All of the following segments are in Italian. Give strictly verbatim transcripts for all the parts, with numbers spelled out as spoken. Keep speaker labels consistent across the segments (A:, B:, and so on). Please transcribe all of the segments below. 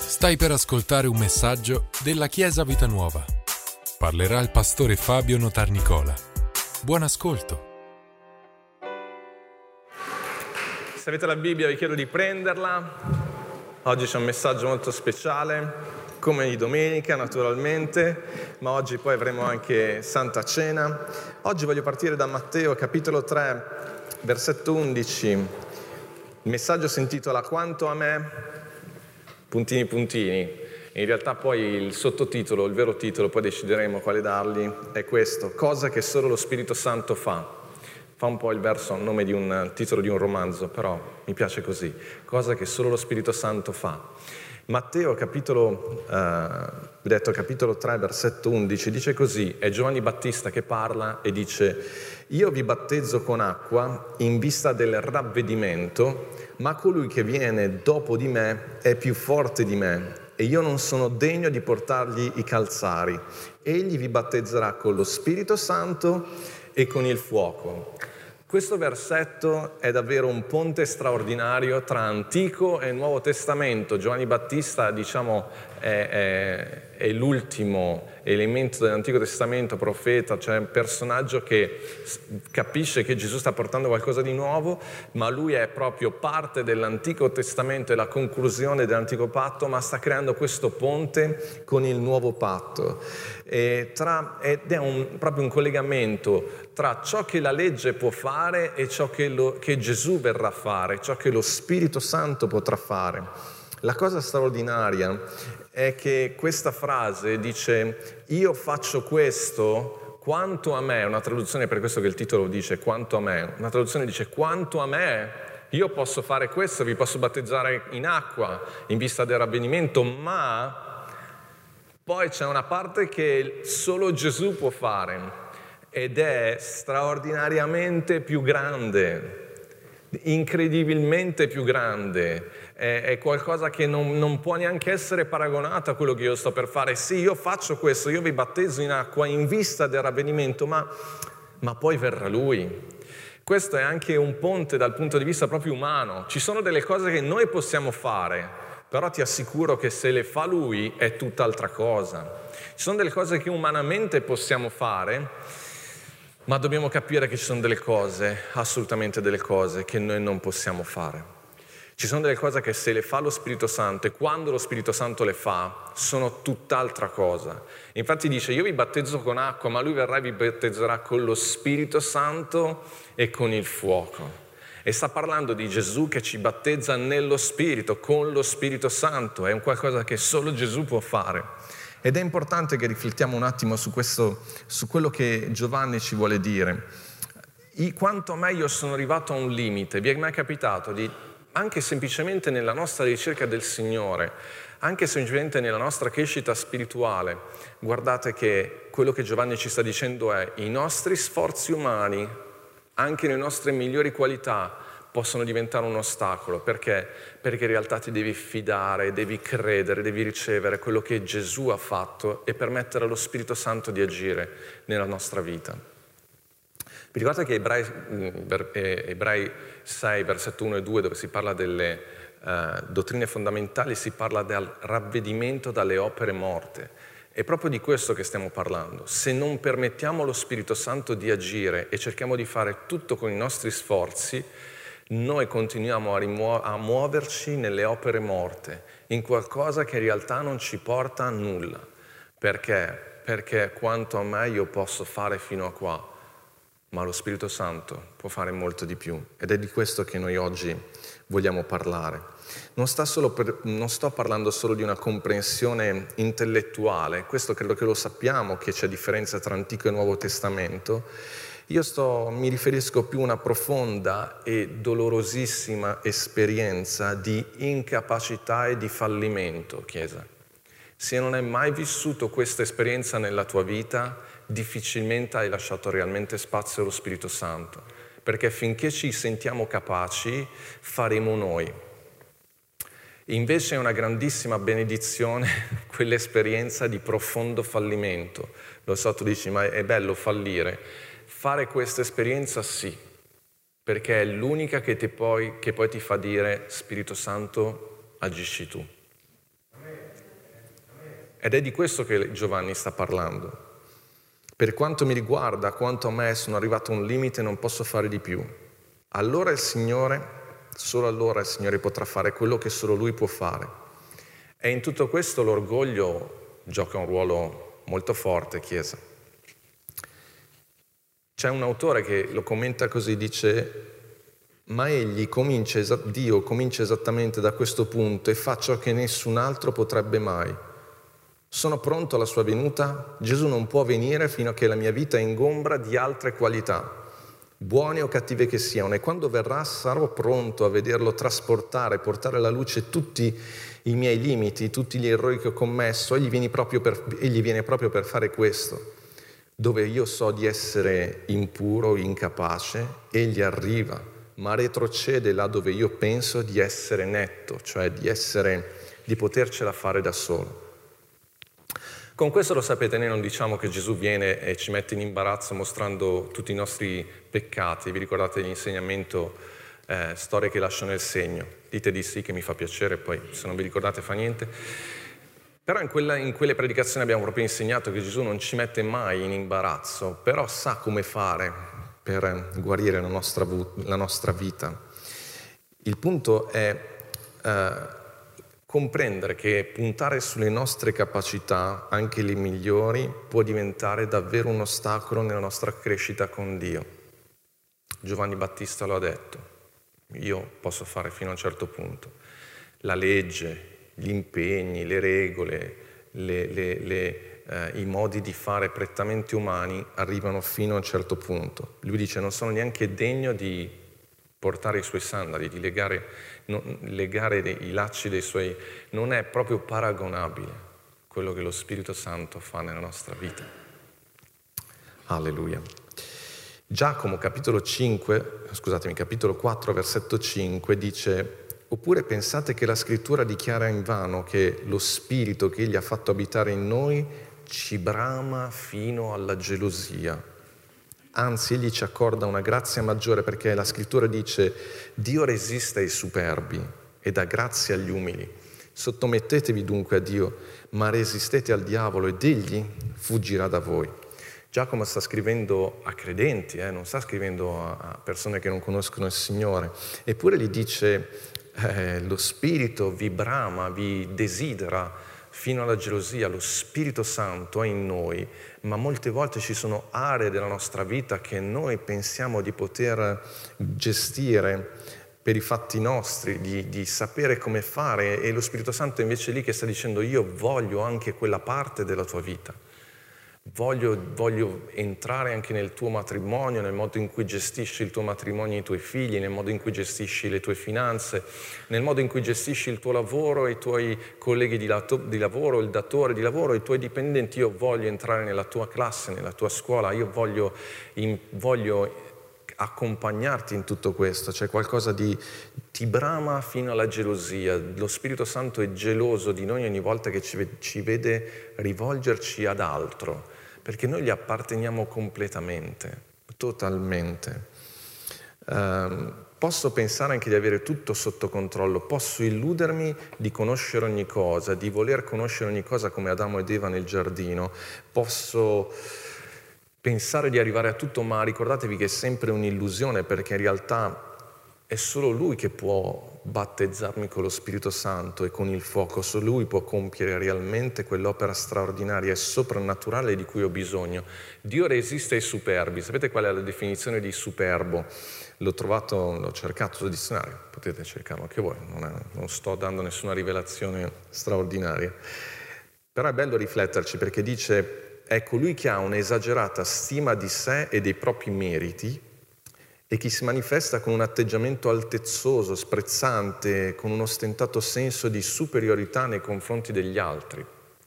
A: Stai per ascoltare un messaggio della Chiesa Vita Nuova. Parlerà il pastore Fabio Notarnicola. Buon ascolto.
B: Se avete la Bibbia vi chiedo di prenderla. Oggi c'è un messaggio molto speciale, come di domenica naturalmente, ma oggi poi avremo anche Santa Cena. Oggi voglio partire da Matteo capitolo tre, versetto undici. Il messaggio si intitola Quanto a me... puntini puntini, in realtà poi il sottotitolo, il vero titolo, poi decideremo quale dargli, è questo: cosa che solo lo Spirito Santo fa. Fa un po' il verso a nome di un titolo di un romanzo, però mi piace così, cosa che solo lo Spirito Santo fa. Matteo capitolo, eh, detto capitolo tre, versetto undici, dice così, è Giovanni Battista che parla e dice: io vi battezzo con acqua in vista del ravvedimento, ma colui che viene dopo di me è più forte di me e io non sono degno di portargli i calzari. Egli vi battezzerà con lo Spirito Santo e con il fuoco. Questo versetto è davvero un ponte straordinario tra Antico e Nuovo Testamento. Giovanni Battista, diciamo, è, è, è l'ultimo elemento dell'Antico Testamento, profeta, cioè un personaggio che capisce che Gesù sta portando qualcosa di nuovo, ma lui è proprio parte dell'Antico Testamento e la conclusione dell'Antico Patto, ma sta creando questo ponte con il Nuovo Patto. E tra, ed è un, proprio un collegamento tra ciò che la legge può fare e ciò che, lo, che Gesù verrà a fare, ciò che lo Spirito Santo potrà fare. La cosa straordinaria è che questa frase dice: io faccio questo quanto a me, una traduzione per questo che il titolo dice quanto a me, una traduzione dice quanto a me, io posso fare questo, vi posso battezzare in acqua in vista del ravvedimento, ma poi c'è una parte che solo Gesù può fare ed è straordinariamente più grande, incredibilmente più grande, è, è qualcosa che non, non può neanche essere paragonato a quello che io sto per fare. Sì, io faccio questo, io vi battezzo in acqua in vista del ravvedimento, ma, ma poi verrà Lui. Questo è anche un ponte dal punto di vista proprio umano. Ci sono delle cose che noi possiamo fare, però ti assicuro che se le fa Lui è tutt'altra cosa. Ci sono delle cose che umanamente possiamo fare, ma dobbiamo capire che ci sono delle cose, assolutamente delle cose, che noi non possiamo fare. Ci sono delle cose che se le fa lo Spirito Santo e quando lo Spirito Santo le fa, sono tutt'altra cosa. Infatti dice, io vi battezzo con acqua, ma Lui verrà e vi battezzerà con lo Spirito Santo e con il fuoco. E sta parlando di Gesù che ci battezza nello Spirito, con lo Spirito Santo. È un qualcosa che solo Gesù può fare. Ed è importante che riflettiamo un attimo su questo, su quello che Giovanni ci vuole dire. I, quanto a me io sono arrivato a un limite. Vi è mai capitato di, anche semplicemente nella nostra ricerca del Signore, anche semplicemente nella nostra crescita spirituale, guardate che quello che Giovanni ci sta dicendo è: i nostri sforzi umani, anche le nostre migliori qualità, possono diventare un ostacolo. Perché? Perché in realtà ti devi fidare, devi credere, devi ricevere quello che Gesù ha fatto e permettere allo Spirito Santo di agire nella nostra vita. Vi ricordate che Ebrei, Ebrei sei, versetto uno e due, dove si parla delle uh, dottrine fondamentali, si parla del ravvedimento dalle opere morte. È proprio di questo che stiamo parlando. Se non permettiamo allo Spirito Santo di agire e cerchiamo di fare tutto con i nostri sforzi, noi continuiamo a, rimuo- a muoverci nelle opere morte, in qualcosa che in realtà non ci porta a nulla. Perché? Perché quanto a me io posso fare fino a qua, ma lo Spirito Santo può fare molto di più. Ed è di questo che noi oggi vogliamo parlare. Non, sta solo per, non sto parlando solo di una comprensione intellettuale, questo credo che lo sappiamo, che c'è differenza tra Antico e Nuovo Testamento. Io sto, mi riferisco più a una profonda e dolorosissima esperienza di incapacità e di fallimento, Chiesa. Se non hai mai vissuto questa esperienza nella tua vita, difficilmente hai lasciato realmente spazio allo Spirito Santo, perché finché ci sentiamo capaci, faremo noi. Invece è una grandissima benedizione quell'esperienza di profondo fallimento. Lo so, tu dici, ma è bello fallire. Fare questa esperienza sì, perché è l'unica che, ti poi, che poi ti fa dire: Spirito Santo, agisci tu. Ed è di questo che Giovanni sta parlando. Per quanto mi riguarda, quanto a me, sono arrivato a un limite e non posso fare di più. Allora il Signore, solo allora il Signore potrà fare quello che solo Lui può fare. E in tutto questo l'orgoglio gioca un ruolo molto forte, Chiesa. C'è un autore che lo commenta così, dice: ma egli comincia, Dio comincia esattamente da questo punto e fa ciò che nessun altro potrebbe mai. Sono pronto alla sua venuta? Gesù non può venire fino a che la mia vita è ingombra di altre qualità, buone o cattive che siano, e quando verrà sarò pronto a vederlo trasportare, portare alla luce tutti i miei limiti, tutti gli errori che ho commesso. Egli viene proprio per, egli viene proprio per fare questo. Dove io so di essere impuro, incapace, egli arriva, ma retrocede là dove io penso di essere netto, cioè di essere, di potercela fare da solo. Con questo, lo sapete, noi non diciamo che Gesù viene e ci mette in imbarazzo mostrando tutti i nostri peccati. Vi ricordate l'insegnamento eh, storie che lasciano il segno? Dite di sì, che mi fa piacere, poi se non vi ricordate fa niente. Però in, quella, in quelle predicazioni abbiamo proprio insegnato che Gesù non ci mette mai in imbarazzo, però sa come fare per guarire la nostra, la nostra vita. Il punto è eh, comprendere che puntare sulle nostre capacità, anche le migliori, può diventare davvero un ostacolo nella nostra crescita con Dio. Giovanni Battista lo ha detto: io posso fare fino a un certo punto. La legge, gli impegni, le regole, le, le, le, eh, i modi di fare prettamente umani arrivano fino a un certo punto. Lui dice: non sono neanche degno di portare i suoi sandali, di legare, no, legare dei, i lacci dei suoi... Non è proprio paragonabile quello che lo Spirito Santo fa nella nostra vita. Alleluia. Giacomo capitolo cinque, scusatemi, capitolo quattro, versetto cinque dice: oppure pensate che la scrittura dichiara invano che lo Spirito che Egli ha fatto abitare in noi ci brama fino alla gelosia? Anzi, Egli ci accorda una grazia maggiore, perché la scrittura dice: Dio resiste ai superbi e dà grazia agli umili. Sottomettetevi dunque a Dio, ma resistete al diavolo ed egli fuggirà da voi. Giacomo sta scrivendo a credenti, eh, non sta scrivendo a persone che non conoscono il Signore. Eppure gli dice: eh, lo Spirito vi brama, vi desidera fino alla gelosia. Lo Spirito Santo è in noi, ma molte volte ci sono aree della nostra vita che noi pensiamo di poter gestire per i fatti nostri, di, di sapere come fare, e lo Spirito Santo è invece lì che sta dicendo: io voglio anche quella parte della tua vita. Voglio, voglio entrare anche nel tuo matrimonio, nel modo in cui gestisci il tuo matrimonio e i tuoi figli, nel modo in cui gestisci le tue finanze, nel modo in cui gestisci il tuo lavoro, i tuoi colleghi di, lato, di lavoro, il datore di lavoro, i tuoi dipendenti. Io voglio entrare nella tua classe, nella tua scuola, io voglio, in, voglio accompagnarti in tutto questo. C'è qualcosa di ti brama fino alla gelosia. Lo Spirito Santo è geloso di noi ogni volta che ci, ci vede rivolgerci ad altro, perché noi gli apparteniamo completamente, totalmente. Um, posso pensare anche di avere tutto sotto controllo, posso illudermi di conoscere ogni cosa, di voler conoscere ogni cosa come Adamo ed Eva nel giardino, posso pensare di arrivare a tutto, ma ricordatevi che è sempre un'illusione, perché in realtà è solo Lui che può battezzarmi con lo Spirito Santo e con il fuoco. Solo Lui può compiere realmente quell'opera straordinaria e soprannaturale di cui ho bisogno. Dio resiste ai superbi. Sapete qual è la definizione di superbo? L'ho trovato, l'ho cercato sul dizionario, potete cercarlo anche voi, non, è, non sto dando nessuna rivelazione straordinaria. Però è bello rifletterci, perché dice: è colui che ha un'esagerata stima di sé e dei propri meriti, e chi si manifesta con un atteggiamento altezzoso, sprezzante, con un ostentato senso di superiorità nei confronti degli altri.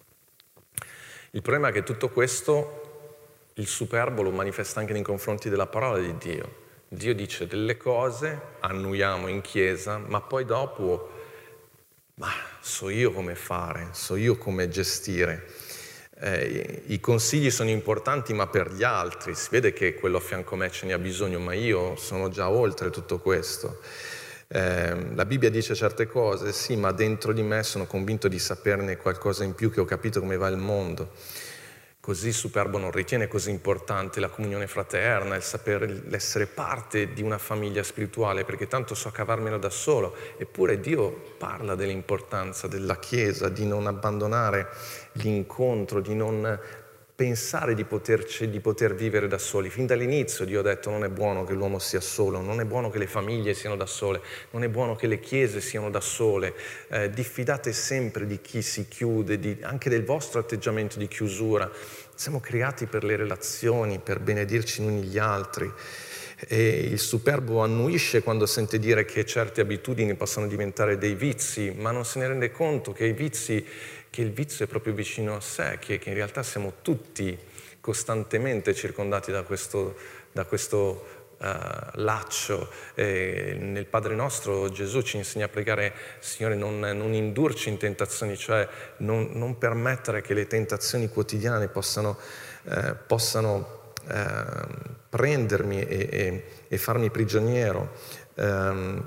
B: Il problema è che tutto questo, il superbo lo manifesta anche nei confronti della parola di Dio. Dio dice delle cose, annuiamo in chiesa, ma poi dopo, ma so io come fare, so io come gestire. Eh, I consigli sono importanti, ma per gli altri. Si vede che quello a fianco a me ce ne ha bisogno, ma io sono già oltre tutto questo. Eh, la Bibbia dice certe cose, sì, ma dentro di me sono convinto di saperne qualcosa in più, che ho capito come va il mondo. Così il superbo non ritiene così importante la comunione fraterna, il sapere essere parte di una famiglia spirituale, perché tanto so cavarmelo da solo. Eppure Dio parla dell'importanza della Chiesa, di non abbandonare l'incontro, di non pensare di, poterci, di poter vivere da soli. Fin dall'inizio Dio ha detto: non è buono che l'uomo sia solo, non è buono che le famiglie siano da sole, non è buono che le chiese siano da sole. Eh, diffidate sempre di chi si chiude, di, anche del vostro atteggiamento di chiusura. Siamo creati per le relazioni, per benedirci gli uni gli altri. E il superbo annuisce quando sente dire che certe abitudini possono diventare dei vizi, ma non se ne rende conto che i vizi che il vizio è proprio vicino a sé, che, che in realtà siamo tutti costantemente circondati da questo, da questo uh, laccio. E nel Padre Nostro Gesù ci insegna a pregare: Signore, non, non indurci in tentazioni, cioè non, non permettere che le tentazioni quotidiane possano, eh, possano eh, prendermi e, e, e farmi prigioniero. Um,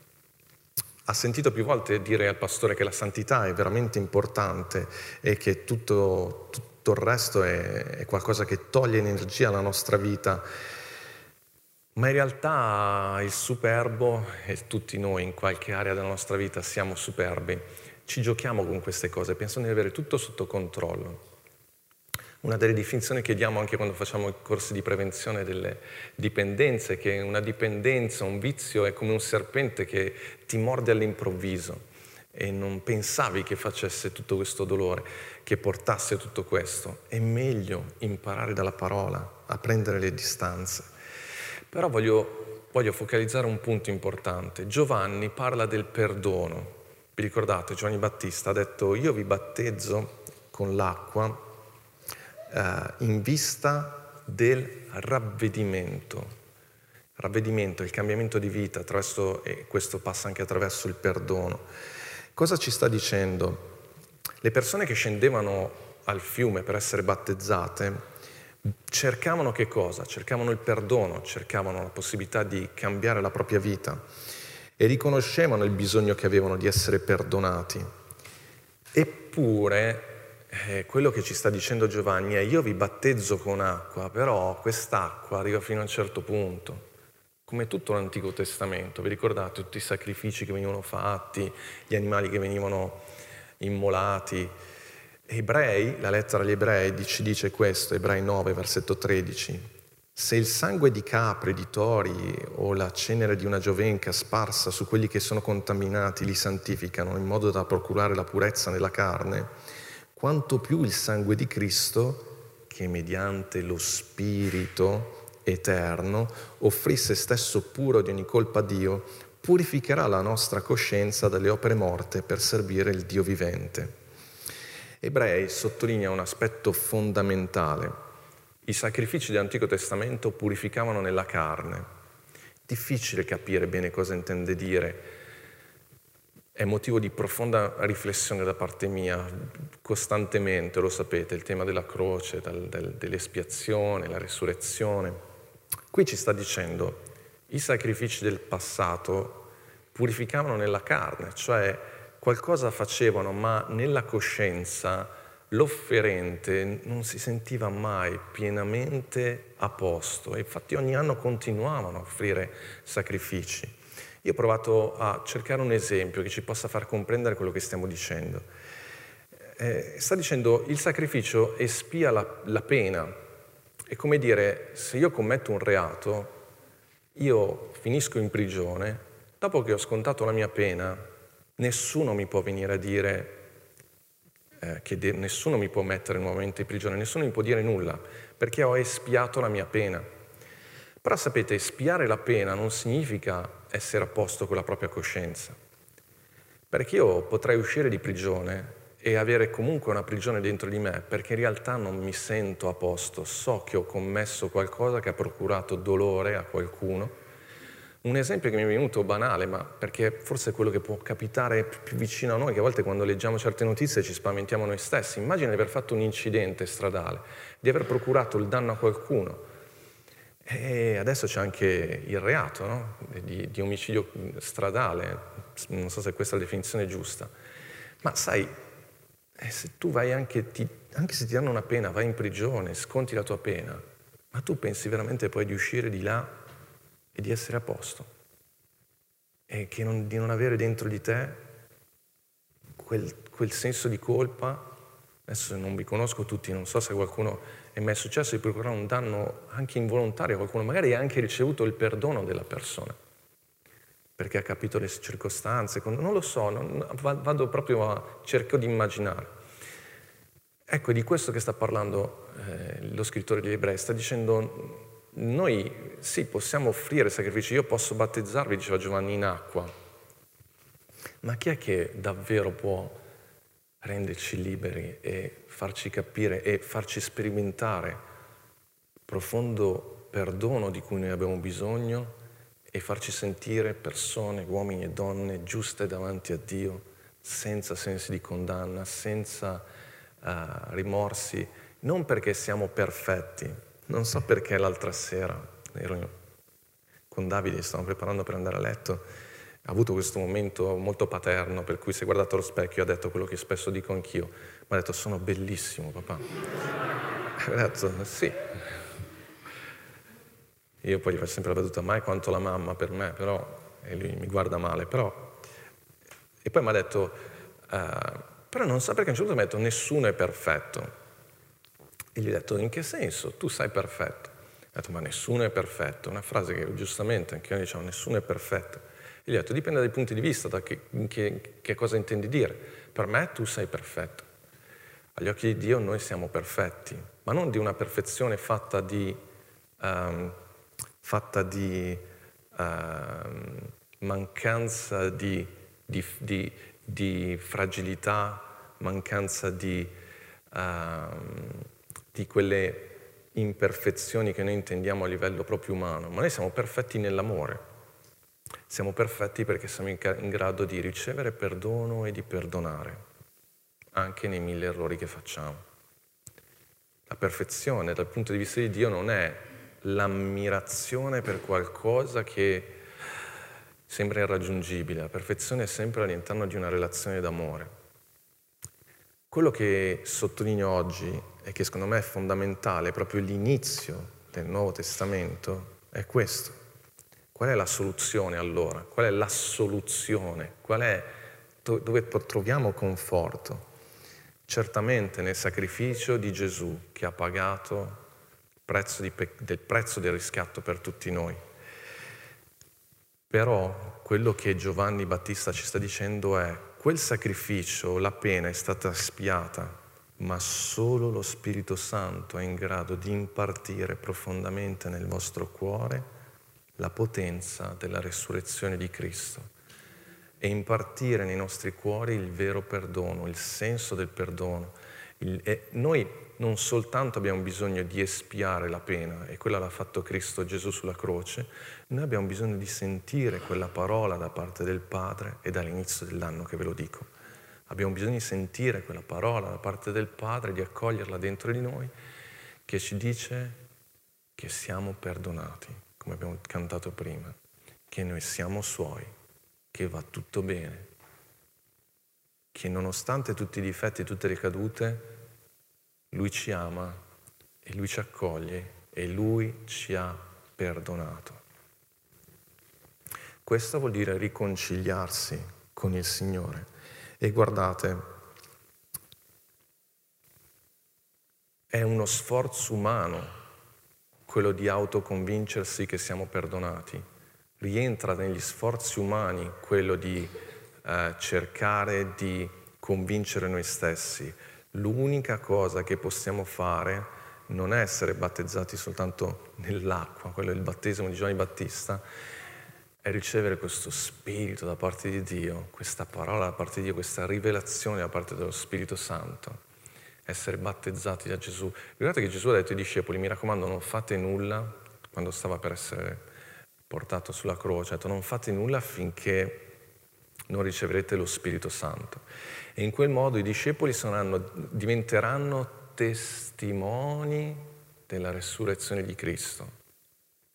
B: Ha sentito più volte dire al pastore che la santità è veramente importante e che tutto, tutto il resto è, è qualcosa che toglie energia alla nostra vita. Ma in realtà il superbo, e tutti noi in qualche area della nostra vita siamo superbi, ci giochiamo con queste cose, pensando di avere tutto sotto controllo. Una delle definizioni che diamo anche quando facciamo i corsi di prevenzione delle dipendenze è che una dipendenza, un vizio è come un serpente che ti morde all'improvviso e non pensavi che facesse tutto questo dolore, che portasse tutto questo. È meglio imparare dalla parola, a prendere le distanze. Però voglio, voglio focalizzare un punto importante. Giovanni parla del perdono. Vi ricordate? Giovanni Battista ha detto: io vi battezzo con l'acqua in vista del ravvedimento. Ravvedimento, il cambiamento di vita, attraverso, e questo passa anche attraverso il perdono. Cosa ci sta dicendo? Le persone che scendevano al fiume per essere battezzate cercavano che cosa? Cercavano il perdono, cercavano la possibilità di cambiare la propria vita e riconoscevano il bisogno che avevano di essere perdonati. Eppure Eh, quello che ci sta dicendo Giovanni è: io vi battezzo con acqua, però quest'acqua arriva fino a un certo punto, come tutto l'Antico Testamento. Vi ricordate tutti i sacrifici che venivano fatti, gli animali che venivano immolati? Ebrei, la lettera agli Ebrei ci dice questo, Ebrei nove, versetto tredici: se il sangue di capri, di tori o la cenere di una giovenca sparsa su quelli che sono contaminati li santificano in modo da procurare la purezza nella carne, quanto più il sangue di Cristo, che mediante lo Spirito eterno offrì se stesso puro di ogni colpa a Dio, purificherà la nostra coscienza dalle opere morte per servire il Dio vivente. Ebrei sottolinea un aspetto fondamentale. I sacrifici dell'Antico Testamento purificavano nella carne. Difficile capire bene cosa intende dire. È motivo di profonda riflessione da parte mia, costantemente, lo sapete, il tema della croce, del, del, dell'espiazione, la resurrezione. Qui ci sta dicendo: i sacrifici del passato purificavano nella carne, cioè qualcosa facevano, ma nella coscienza l'offerente non si sentiva mai pienamente a posto. E infatti ogni anno continuavano a offrire sacrifici. Io ho provato a cercare un esempio che ci possa far comprendere quello che stiamo dicendo. Eh, sta dicendo: il sacrificio espia la, la pena. È come dire, se io commetto un reato, io finisco in prigione, dopo che ho scontato la mia pena, nessuno mi può venire a dire eh, che de- nessuno mi può mettere nuovamente in prigione, nessuno mi può dire nulla, perché ho espiato la mia pena. Però sapete, espiare la pena non significa essere a posto con la propria coscienza, perché io potrei uscire di prigione e avere comunque una prigione dentro di me, perché in realtà non mi sento a posto, so che ho commesso qualcosa che ha procurato dolore a qualcuno. Un esempio che mi è venuto banale, ma perché forse è quello che può capitare più vicino a noi, che a volte quando leggiamo certe notizie ci spaventiamo noi stessi. Immagina di aver fatto un incidente stradale, di aver procurato il danno a qualcuno. E adesso c'è anche il reato, no? di, di omicidio stradale, non so se questa è la definizione giusta. Ma sai, eh, se tu vai anche, ti, anche se ti danno una pena, vai in prigione, sconti la tua pena, ma tu pensi veramente poi di uscire di là e di essere a posto? E che non, di non avere dentro di te quel, quel senso di colpa? Adesso non vi conosco tutti, non so se qualcuno è mai successo di procurare un danno anche involontario a qualcuno, magari ha anche ricevuto il perdono della persona, perché ha capito le circostanze, non lo so, non, vado proprio a, cerco di immaginare. Ecco, di questo che sta parlando eh, lo scrittore degli Ebrei, sta dicendo, noi sì, possiamo offrire sacrifici, io posso battezzarvi, diceva Giovanni, in acqua, ma chi è che davvero può renderci liberi e farci capire e farci sperimentare profondo perdono di cui noi abbiamo bisogno e farci sentire persone, uomini e donne giuste davanti a Dio, senza sensi di condanna, senza uh, rimorsi, non perché siamo perfetti. Non so perché l'altra sera ero con Davide, stavamo preparando per andare a letto, ha avuto questo momento molto paterno, per cui si è guardato allo specchio e ha detto quello che spesso dico anch'io. Mi ha detto, sono bellissimo, papà. Ha detto, sì. Io poi gli faccio sempre la battuta, mai quanto la mamma per me, però, e lui mi guarda male, però. E poi mi ha detto, uh, però non so perché a un certo punto mi ha detto, nessuno è perfetto. E gli ho detto, in che senso? Tu sei perfetto. Ha detto, ma nessuno è perfetto. Una frase che giustamente anche noi diciamo, nessuno è perfetto. E gli ho detto, dipende dai punti di vista, da che, che, che cosa intendi dire. Per me tu sei perfetto. Agli occhi di Dio noi siamo perfetti, ma non di una perfezione fatta di, um, fatta di um, mancanza di, di, di, di fragilità, mancanza di, um, di quelle imperfezioni che noi intendiamo a livello proprio umano, ma noi siamo perfetti nell'amore. Siamo perfetti perché siamo in, in grado di ricevere perdono e di perdonare, anche nei mille errori che facciamo. La perfezione dal punto di vista di Dio non è l'ammirazione per qualcosa che sembra irraggiungibile, la perfezione è sempre all'interno di una relazione d'amore. Quello che sottolineo oggi e che secondo me è fondamentale, proprio l'inizio del Nuovo Testamento, è questo. Qual è la soluzione allora? Qual è la soluzione? Qual è dove troviamo conforto? Certamente nel sacrificio di Gesù che ha pagato il prezzo di, del prezzo del riscatto per tutti noi. Però quello che Giovanni Battista ci sta dicendo è quel sacrificio, la pena è stata espiata, ma solo lo Spirito Santo è in grado di impartire profondamente nel vostro cuore la potenza della resurrezione di Cristo e impartire nei nostri cuori il vero perdono, il senso del perdono. Il, e noi non soltanto abbiamo bisogno di espiare la pena, e quella l'ha fatto Cristo Gesù sulla croce, noi abbiamo bisogno di sentire quella parola da parte del Padre, e dall'inizio dell'anno che ve lo dico. Abbiamo bisogno di sentire quella parola da parte del Padre, di accoglierla dentro di noi, che ci dice che siamo perdonati, come abbiamo cantato prima, che noi siamo Suoi, che va tutto bene, che nonostante tutti i difetti e tutte le cadute, Lui ci ama e Lui ci accoglie e Lui ci ha perdonato. Questo vuol dire riconciliarsi con il Signore. E guardate, è uno sforzo umano quello di autoconvincersi che siamo perdonati. Rientra negli sforzi umani quello di eh, cercare di convincere noi stessi. L'unica cosa che possiamo fare non è essere battezzati soltanto nell'acqua, quello è il battesimo di Giovanni Battista, è ricevere questo spirito da parte di Dio, questa parola da parte di Dio, questa rivelazione da parte dello Spirito Santo. Essere battezzati da Gesù. Ricordate che Gesù ha detto ai discepoli, mi raccomando, non fate nulla, quando stava per essere portato sulla croce, ha detto non fate nulla affinché non riceverete lo Spirito Santo. E in quel modo i discepoli saranno, diventeranno testimoni della resurrezione di Cristo.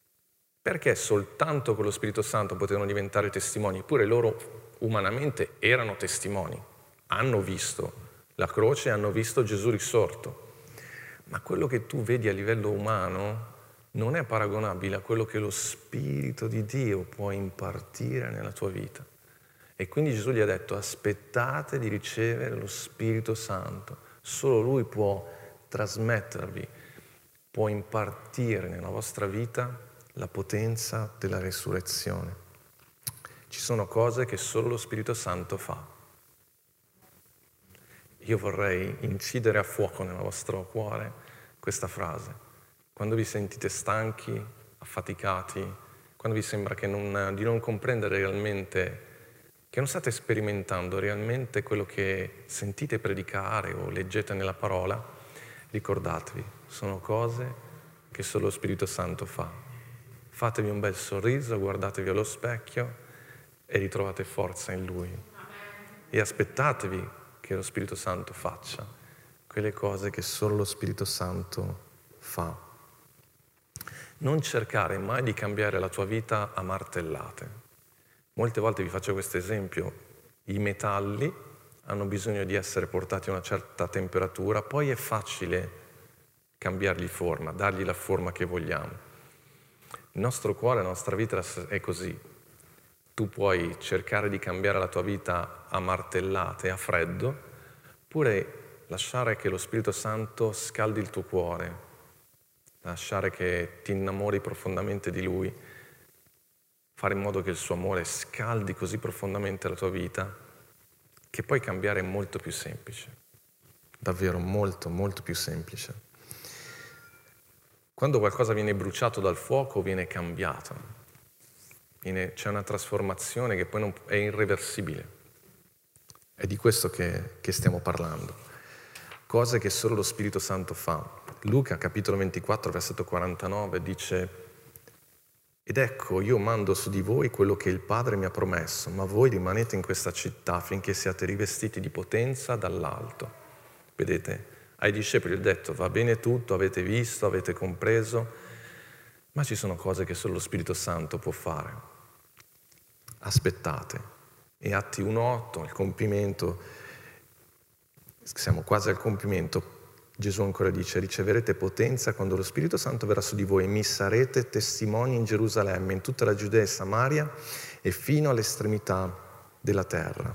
B: Perché soltanto con lo Spirito Santo potevano diventare testimoni? Eppure loro umanamente erano testimoni, hanno visto la croce, hanno visto Gesù risorto. Ma quello che tu vedi a livello umano non è paragonabile a quello che lo Spirito di Dio può impartire nella tua vita. E quindi Gesù gli ha detto: aspettate di ricevere lo Spirito Santo. Solo Lui può trasmettervi, può impartire nella vostra vita la potenza della resurrezione. Ci sono cose che solo lo Spirito Santo fa. Io vorrei incidere a fuoco nel vostro cuore questa frase. Quando vi sentite stanchi, affaticati, quando vi sembra che non, di non comprendere realmente, che non state sperimentando realmente quello che sentite predicare o leggete nella parola, ricordatevi, sono cose che solo lo Spirito Santo fa. Fatevi un bel sorriso, guardatevi allo specchio e ritrovate forza in Lui. E aspettatevi che lo Spirito Santo faccia quelle cose che solo lo Spirito Santo fa. Non cercare mai di cambiare la tua vita a martellate. Molte volte vi faccio questo esempio: i metalli hanno bisogno di essere portati a una certa temperatura, poi è facile cambiargli forma, dargli la forma che vogliamo. Il nostro cuore, la nostra vita è così. Tu puoi cercare di cambiare la tua vita a martellate, a freddo, oppure lasciare che lo Spirito Santo scaldi il tuo cuore, lasciare che ti innamori profondamente di Lui, fare in modo che il suo amore scaldi così profondamente la tua vita che poi cambiare è molto più semplice, davvero molto, molto più semplice. Quando qualcosa viene bruciato dal fuoco viene cambiato, viene, c'è una trasformazione che poi non, è irreversibile. È di questo che, che stiamo parlando, cose che solo lo Spirito Santo fa. Luca, capitolo ventiquattro, versetto quarantanove, dice: ed ecco, io mando su di voi quello che il Padre mi ha promesso, ma voi rimanete in questa città finché siate rivestiti di potenza dall'alto. Vedete, ai discepoli ho detto: va bene tutto, avete visto, avete compreso, ma ci sono cose che solo lo Spirito Santo può fare. Aspettate. E Atti uno otto, il compimento, siamo quasi al compimento, Gesù ancora dice: riceverete potenza quando lo Spirito Santo verrà su di voi e mi sarete testimoni in Gerusalemme, in tutta la Giudea e Samaria e fino all'estremità della terra.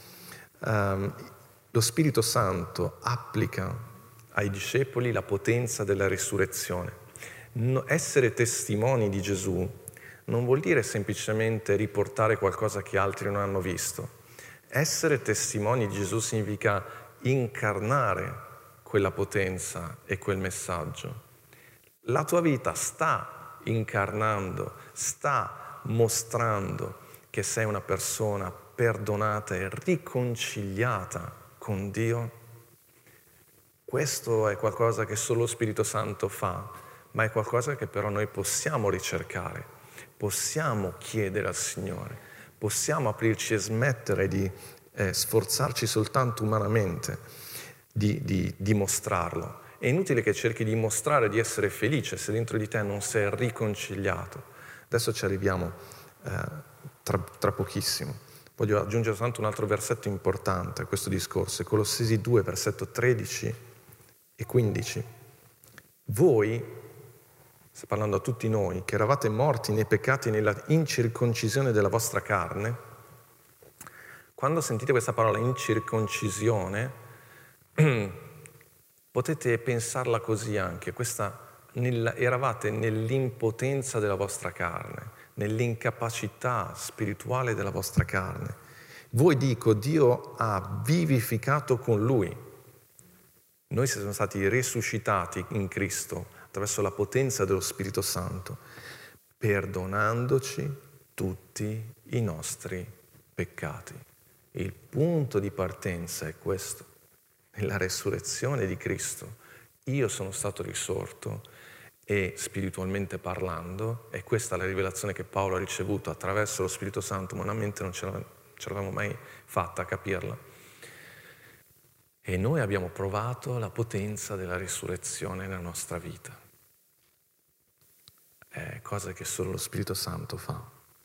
B: Um, lo Spirito Santo applica ai discepoli la potenza della risurrezione. No, essere testimoni di Gesù non vuol dire semplicemente riportare qualcosa che altri non hanno visto. Essere testimoni di Gesù significa incarnare quella potenza e quel messaggio. La tua vita sta incarnando, sta mostrando che sei una persona perdonata e riconciliata con Dio. Questo è qualcosa che solo lo Spirito Santo fa, ma è qualcosa che però noi possiamo ricercare, possiamo chiedere al Signore, possiamo aprirci e smettere di eh, sforzarci soltanto umanamente Di, di dimostrarlo. È inutile che cerchi di mostrare di essere felice se dentro di te non sei riconciliato. Adesso ci arriviamo eh, tra, tra pochissimo. Voglio aggiungere soltanto un altro versetto importante a questo discorso, è Colossesi due, versetto tredici e quindici. Voi, sta parlando a tutti noi, che eravate morti nei peccati e nella incirconcisione della vostra carne, quando sentite questa parola incirconcisione, potete pensarla così anche, questa, nella, eravate nell'impotenza della vostra carne, nell'incapacità spirituale della vostra carne. Voi, dico, Dio ha vivificato con Lui. Noi siamo stati risuscitati in Cristo attraverso la potenza dello Spirito Santo, perdonandoci tutti i nostri peccati. Il punto di partenza è questo. Nella resurrezione di Cristo io sono stato risorto e spiritualmente parlando, e questa è la rivelazione che Paolo ha ricevuto attraverso lo Spirito Santo, umanamente non ce l'avevamo mai fatta a capirla. E noi abbiamo provato la potenza della risurrezione nella nostra vita. Eh, cose che solo lo Spirito Santo fa.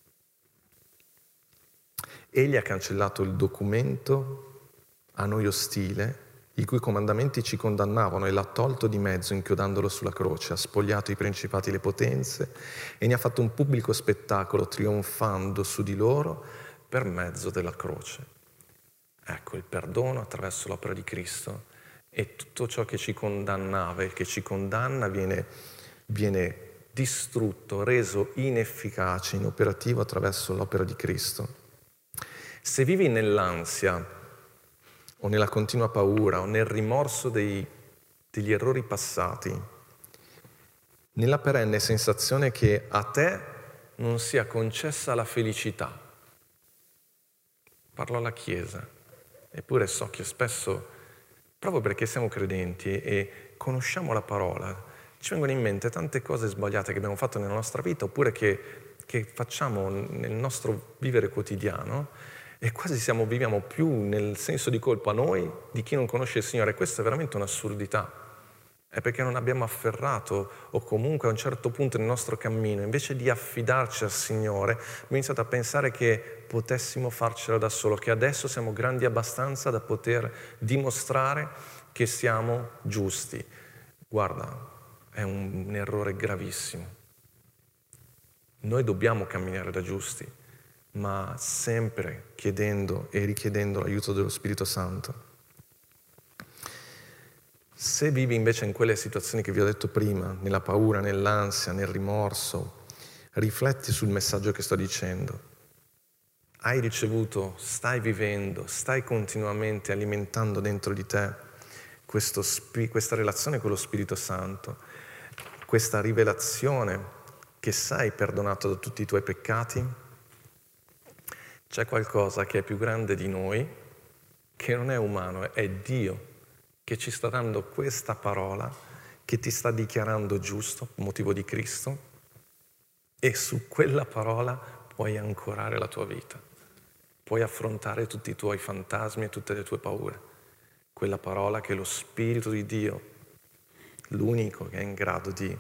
B: Egli ha cancellato il documento a noi ostile, i cui comandamenti ci condannavano, e l'ha tolto di mezzo inchiodandolo sulla croce, ha spogliato i principati e le potenze e ne ha fatto un pubblico spettacolo, trionfando su di loro per mezzo della croce. Ecco, il perdono attraverso l'opera di Cristo, e tutto ciò che ci condannava e che ci condanna viene, viene distrutto, reso inefficace, inoperativo attraverso l'opera di Cristo. Se vivi nell'ansia o nella continua paura o nel rimorso dei, degli errori passati, nella perenne sensazione che a te non sia concessa la felicità, parlo alla Chiesa, eppure so che spesso, proprio perché siamo credenti e conosciamo la parola, ci vengono in mente tante cose sbagliate che abbiamo fatto nella nostra vita oppure che, che facciamo nel nostro vivere quotidiano, e quasi siamo, viviamo più nel senso di colpa noi di chi non conosce il Signore. Questa è veramente un'assurdità. È perché non abbiamo afferrato, o comunque a un certo punto nel nostro cammino, invece di affidarci al Signore, abbiamo iniziato a pensare che potessimo farcela da solo, che adesso siamo grandi abbastanza da poter dimostrare che siamo giusti. Guarda, è un, un errore gravissimo. Noi dobbiamo camminare da giusti, ma sempre chiedendo e richiedendo l'aiuto dello Spirito Santo. Se vivi invece in quelle situazioni che vi ho detto prima, nella paura, nell'ansia, nel rimorso, rifletti sul messaggio che sto dicendo. Hai ricevuto, stai vivendo, stai continuamente alimentando dentro di te questo, questa relazione con lo Spirito Santo, questa rivelazione che sei perdonato da tutti i tuoi peccati. C'è qualcosa che è più grande di noi, che non è umano, è Dio che ci sta dando questa parola, che ti sta dichiarando giusto, motivo di Cristo, e su quella parola puoi ancorare la tua vita, puoi affrontare tutti i tuoi fantasmi e tutte le tue paure. Quella parola che è lo Spirito di Dio, l'unico che è in grado di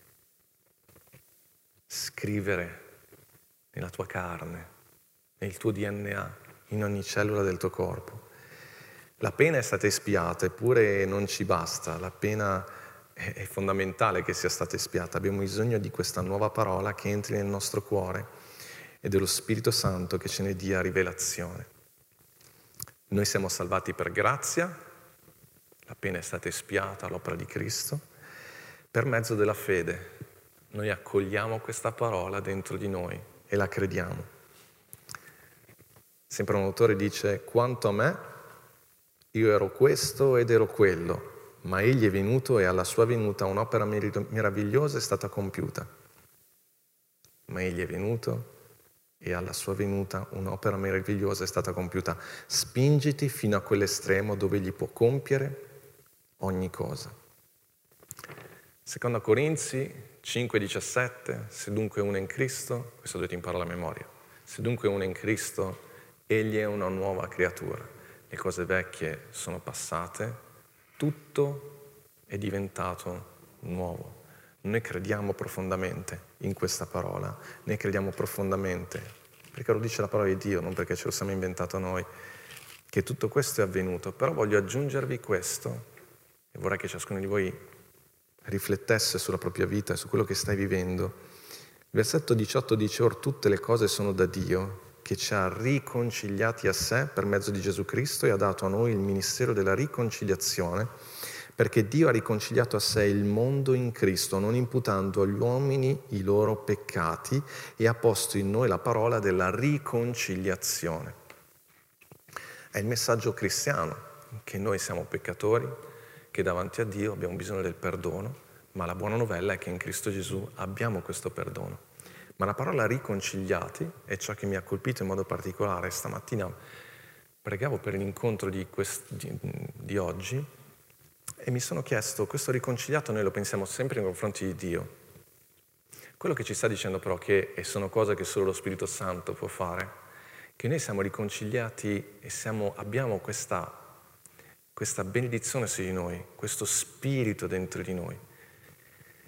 B: scrivere nella tua carne, nel tuo D N A, in ogni cellula del tuo corpo. La pena è stata espiata, eppure non ci basta, la pena è, è fondamentale che sia stata espiata. Abbiamo bisogno di questa nuova parola che entri nel nostro cuore e dello Spirito Santo che ce ne dia rivelazione. Noi siamo salvati per grazia, la pena è stata espiata all'opera di Cristo, per mezzo della fede. Noi accogliamo questa parola dentro di noi e la crediamo. Sempre un autore dice: quanto a me, io ero questo ed ero quello, ma egli è venuto e alla sua venuta un'opera meravigliosa è stata compiuta. Ma egli è venuto e alla sua venuta un'opera meravigliosa è stata compiuta. Spingiti fino a quell'estremo dove egli può compiere ogni cosa. Seconda Corinzi cinque diciassette, se dunque uno è in Cristo, questo dovete imparare a memoria, se dunque uno è in Cristo, egli è una nuova creatura. Le cose vecchie sono passate, tutto è diventato nuovo. Noi crediamo profondamente in questa parola, ne crediamo profondamente, perché lo dice la parola di Dio, non perché ce lo siamo inventato noi, che tutto questo è avvenuto. Però voglio aggiungervi questo, e vorrei che ciascuno di voi riflettesse sulla propria vita e su quello che stai vivendo. Il versetto diciotto dice: or tutte le cose sono da Dio, che ci ha riconciliati a sé per mezzo di Gesù Cristo e ha dato a noi il ministero della riconciliazione, perché Dio ha riconciliato a sé il mondo in Cristo, non imputando agli uomini i loro peccati, e ha posto in noi la parola della riconciliazione. È il messaggio cristiano, che noi siamo peccatori, che davanti a Dio abbiamo bisogno del perdono, ma la buona novella è che in Cristo Gesù abbiamo questo perdono. Ma la parola riconciliati è ciò che mi ha colpito in modo particolare. Stamattina pregavo per l'incontro di, quest- di, di oggi e mi sono chiesto, questo riconciliato noi lo pensiamo sempre nei confronti di Dio. Quello che ci sta dicendo però, che e sono cose che solo lo Spirito Santo può fare, che noi siamo riconciliati e siamo, abbiamo questa, questa benedizione su di noi, questo spirito dentro di noi.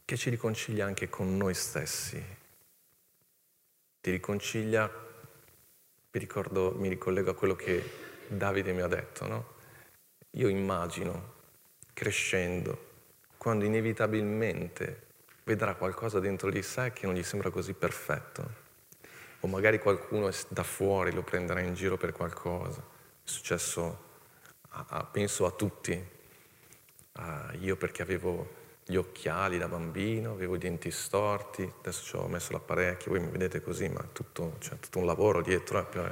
B: che ci riconcilia anche con noi stessi. Ti riconcilia, mi ricordo, mi ricollego a quello che Davide mi ha detto, no? Io immagino, crescendo, quando inevitabilmente vedrà qualcosa dentro di sé che non gli sembra così perfetto, o magari qualcuno da fuori lo prenderà in giro per qualcosa. È successo, a, a, penso a tutti, a, io perché avevo gli occhiali da bambino, avevo i denti storti, adesso ci ho messo l'apparecchio, voi mi vedete così, ma tutto, c'è tutto un lavoro dietro. Eh,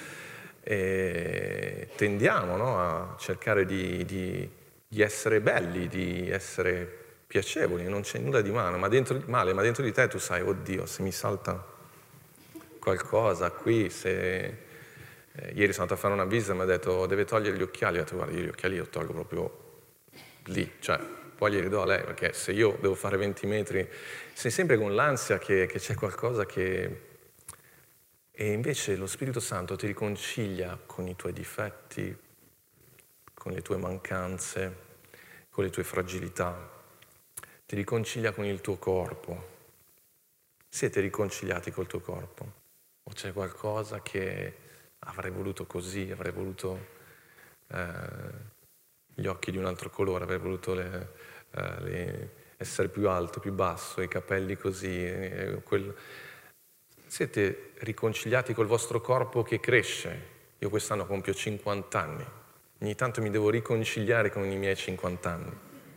B: e tendiamo, no, a cercare di, di, di essere belli, di essere piacevoli, non c'è nulla di male ma, dentro, male, ma dentro di te tu sai, oddio, se mi salta qualcosa qui, se... Eh, ieri sono andato a fare una visita e mi ha detto, deve togliere gli occhiali, ho detto, guarda, io gli occhiali li tolgo proprio lì, cioè, poi glieli do a lei, perché se io devo fare venti metri, sei sempre con l'ansia che, che c'è qualcosa che... E invece lo Spirito Santo ti riconcilia con i tuoi difetti, con le tue mancanze, con le tue fragilità, ti riconcilia con il tuo corpo. Siete riconciliati col tuo corpo? O c'è qualcosa che avrei voluto così, avrei voluto eh, gli occhi di un altro colore, avrei voluto le, eh, le, essere più alto, più basso, i capelli così, eh, quel... Siete riconciliati col vostro corpo che cresce. Io quest'anno compio cinquanta anni. Ogni tanto mi devo riconciliare con i miei cinquanta anni.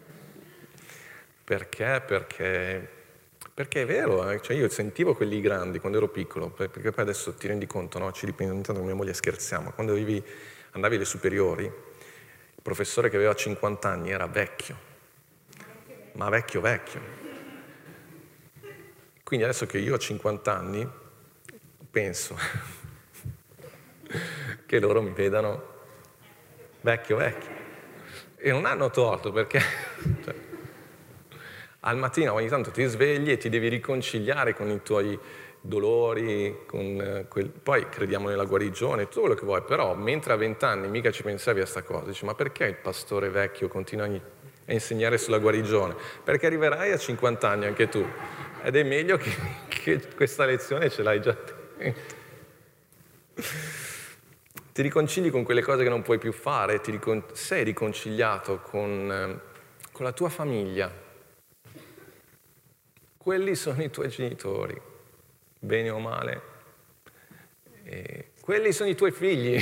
B: Perché? Perché, perché è vero, eh? Cioè io sentivo quelli grandi quando ero piccolo, perché poi adesso ti rendi conto, no? Ci ripenso, intanto con mia moglie scherziamo. Quando avevi, andavi alle superiori, il professore che aveva cinquanta anni era vecchio, ma vecchio vecchio. Quindi adesso che io ho cinquanta anni, penso che loro mi vedano vecchio vecchio. E non hanno torto, perché cioè, al mattino ogni tanto ti svegli e ti devi riconciliare con i tuoi dolori, con eh, quel... poi crediamo nella guarigione, tutto quello che vuoi, però mentre a vent'anni mica ci pensavi a sta cosa, dici ma perché il pastore vecchio continua a insegnare sulla guarigione? Perché arriverai a cinquanta anni anche tu, ed è meglio che, che questa lezione ce l'hai già te. Ti riconcili con quelle cose che non puoi più fare, ti ricon... sei riconciliato con, eh, con la tua famiglia. Quelli sono i tuoi genitori, bene o male. E quelli sono i tuoi figli.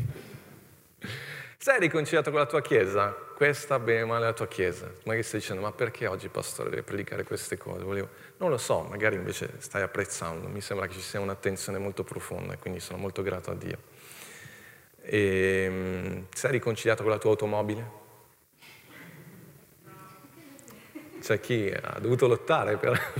B: Sei riconciliato con la tua chiesa? Questa, bene o male, è la tua chiesa. Magari stai dicendo, ma perché oggi, pastore, deve predicare queste cose? Volevo... Non lo so, magari invece stai apprezzando. Mi sembra che ci sia un'attenzione molto profonda e quindi sono molto grato a Dio. E, sei riconciliato con la tua automobile? C'è chi ha dovuto lottare per...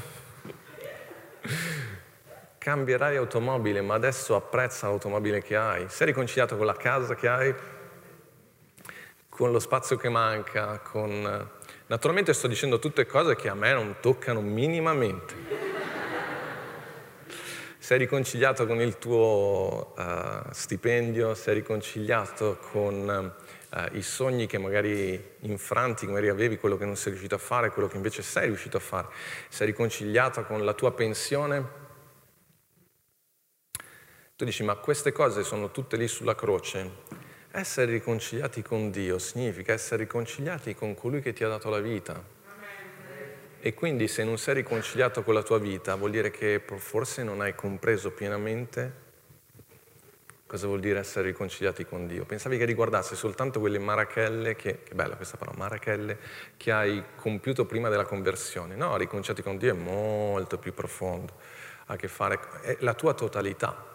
B: Cambierai automobile, ma adesso apprezza l'automobile che hai. Sei riconciliato con la casa che hai? Con lo spazio che manca, con... Naturalmente sto dicendo tutte cose che a me non toccano minimamente. Sei riconciliato con il tuo uh, stipendio, sei riconciliato con uh, i sogni che magari infranti, che magari avevi, quello che non sei riuscito a fare, quello che invece sei riuscito a fare. Sei riconciliato con la tua pensione. Tu dici, ma queste cose sono tutte lì sulla croce. Essere riconciliati con Dio significa essere riconciliati con colui che ti ha dato la vita. E quindi se non sei riconciliato con la tua vita, vuol dire che forse non hai compreso pienamente cosa vuol dire essere riconciliati con Dio. Pensavi che riguardasse soltanto quelle marachelle, che, che bella questa parola, marachelle, che hai compiuto prima della conversione. No, riconciliati con Dio è molto più profondo, ha a che fare, è la tua totalità.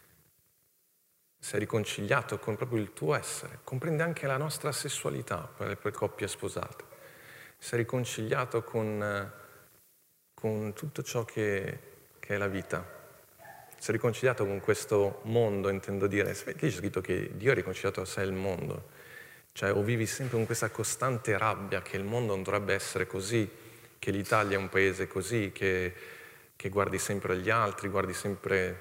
B: Sei riconciliato con proprio il tuo essere, comprende anche la nostra sessualità per le coppie sposate. Sei riconciliato con, con tutto ciò che, che è la vita. Sei riconciliato con questo mondo, intendo dire. Qui c'è scritto che Dio ha riconciliato a sé il mondo. Cioè, o vivi sempre con questa costante rabbia che il mondo non dovrebbe essere così, che l'Italia è un paese così, che, che guardi sempre agli altri, guardi sempre...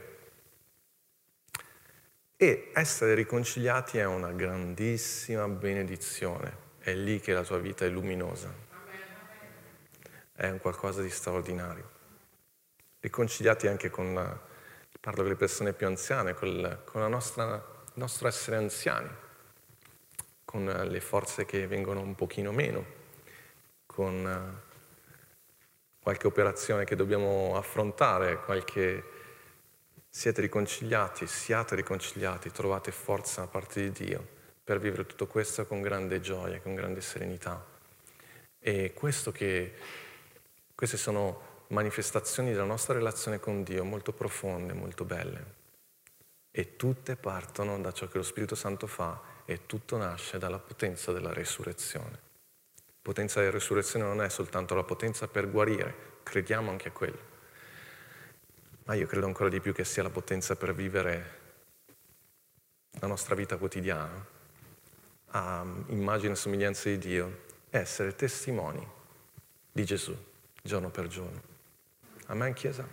B: E essere riconciliati è una grandissima benedizione. È lì che la tua vita è luminosa. è un qualcosa di straordinario. Riconciliati anche con, parlo delle persone più anziane, con, con la nostra, il nostro essere anziani, con le forze che vengono un pochino meno, con qualche operazione che dobbiamo affrontare, qualche... Siete riconciliati, siate riconciliati, trovate forza da parte di Dio per vivere tutto questo con grande gioia, con grande serenità. E questo che, queste sono manifestazioni della nostra relazione con Dio molto profonde, molto belle. E tutte partono da ciò che lo Spirito Santo fa e tutto nasce dalla potenza della resurrezione. La potenza della resurrezione non è soltanto la potenza per guarire, crediamo anche a quello. Ma io credo ancora di più che sia la potenza per vivere la nostra vita quotidiana, a immagine e somiglianza di Dio, essere testimoni di Gesù, giorno per giorno. Amen, Chiesa?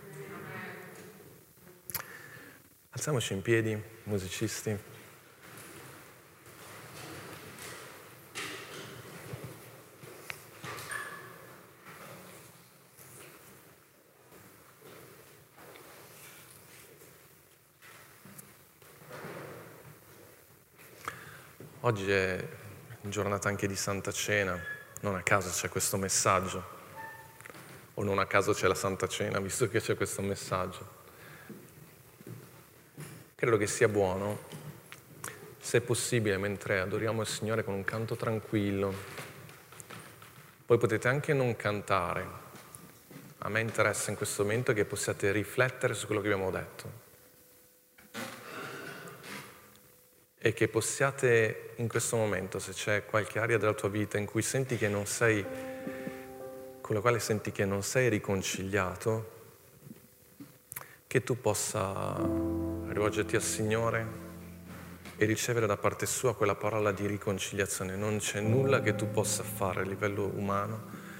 B: Alziamoci in piedi, musicisti. Oggi è giornata anche di Santa Cena, non a caso c'è questo messaggio, o non a caso c'è la Santa Cena, visto che c'è questo messaggio. Credo che sia buono, se è possibile, mentre adoriamo il Signore con un canto tranquillo, poi potete anche non cantare. A me interessa in questo momento che possiate riflettere su quello che abbiamo detto. E che possiate in questo momento, se c'è qualche area della tua vita in cui senti che non sei, con la quale senti che non sei riconciliato, che tu possa rivolgerti al Signore e ricevere da parte sua quella parola di riconciliazione. Non c'è nulla che tu possa fare a livello umano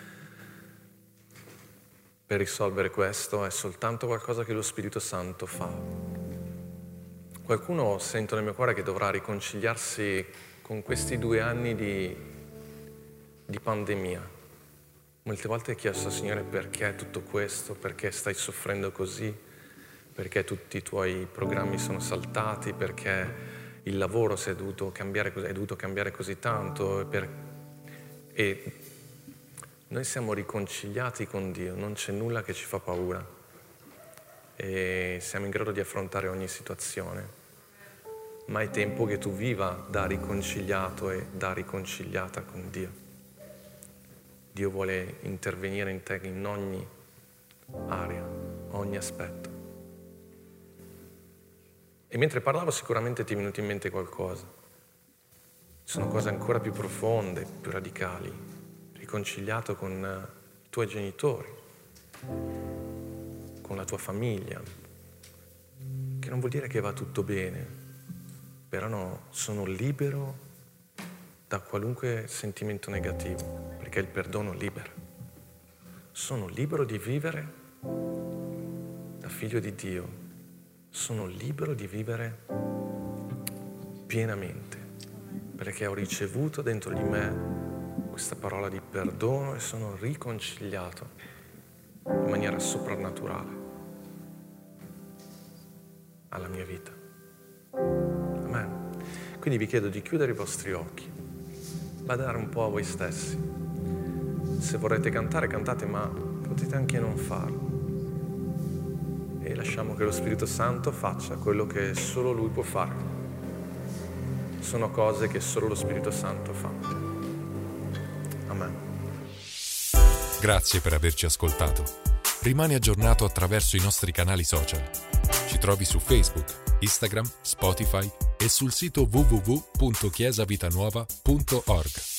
B: per risolvere questo, è soltanto qualcosa che lo Spirito Santo fa. Qualcuno sento nel mio cuore che dovrà riconciliarsi con questi due anni di, di pandemia. Molte volte ho chiesto al Signore perché tutto questo, perché stai soffrendo così, perché tutti i tuoi programmi sono saltati, perché il lavoro si è dovuto cambiare, è dovuto cambiare così tanto. E, per... e noi siamo riconciliati con Dio, non c'è nulla che ci fa paura. E siamo in grado di affrontare ogni situazione, ma è tempo che tu viva da riconciliato e da riconciliata con Dio. Dio vuole intervenire in te in ogni area, ogni aspetto. E mentre parlavo sicuramente ti è venuto in mente qualcosa. Ci sono cose ancora più profonde, più radicali. Riconciliato con i tuoi genitori, con la tua famiglia, che non vuol dire che va tutto bene, però no, sono libero da qualunque sentimento negativo, perché il perdono libera. Sono libero di vivere da figlio di Dio, sono libero di vivere pienamente, perché ho ricevuto dentro di me questa parola di perdono e sono riconciliato in maniera soprannaturale alla mia vita. Amen. Quindi vi chiedo di chiudere i vostri occhi, badare un po' a voi stessi. Se vorrete cantare, cantate, ma potete anche non farlo. E lasciamo che lo Spirito Santo faccia quello che solo Lui può fare. Sono cose che solo lo Spirito Santo fa. Amen.
A: Grazie per averci ascoltato. Rimani aggiornato attraverso i nostri canali social. Ci trovi su Facebook, Instagram, Spotify e sul sito w w w punto chiesa vitanuova punto org.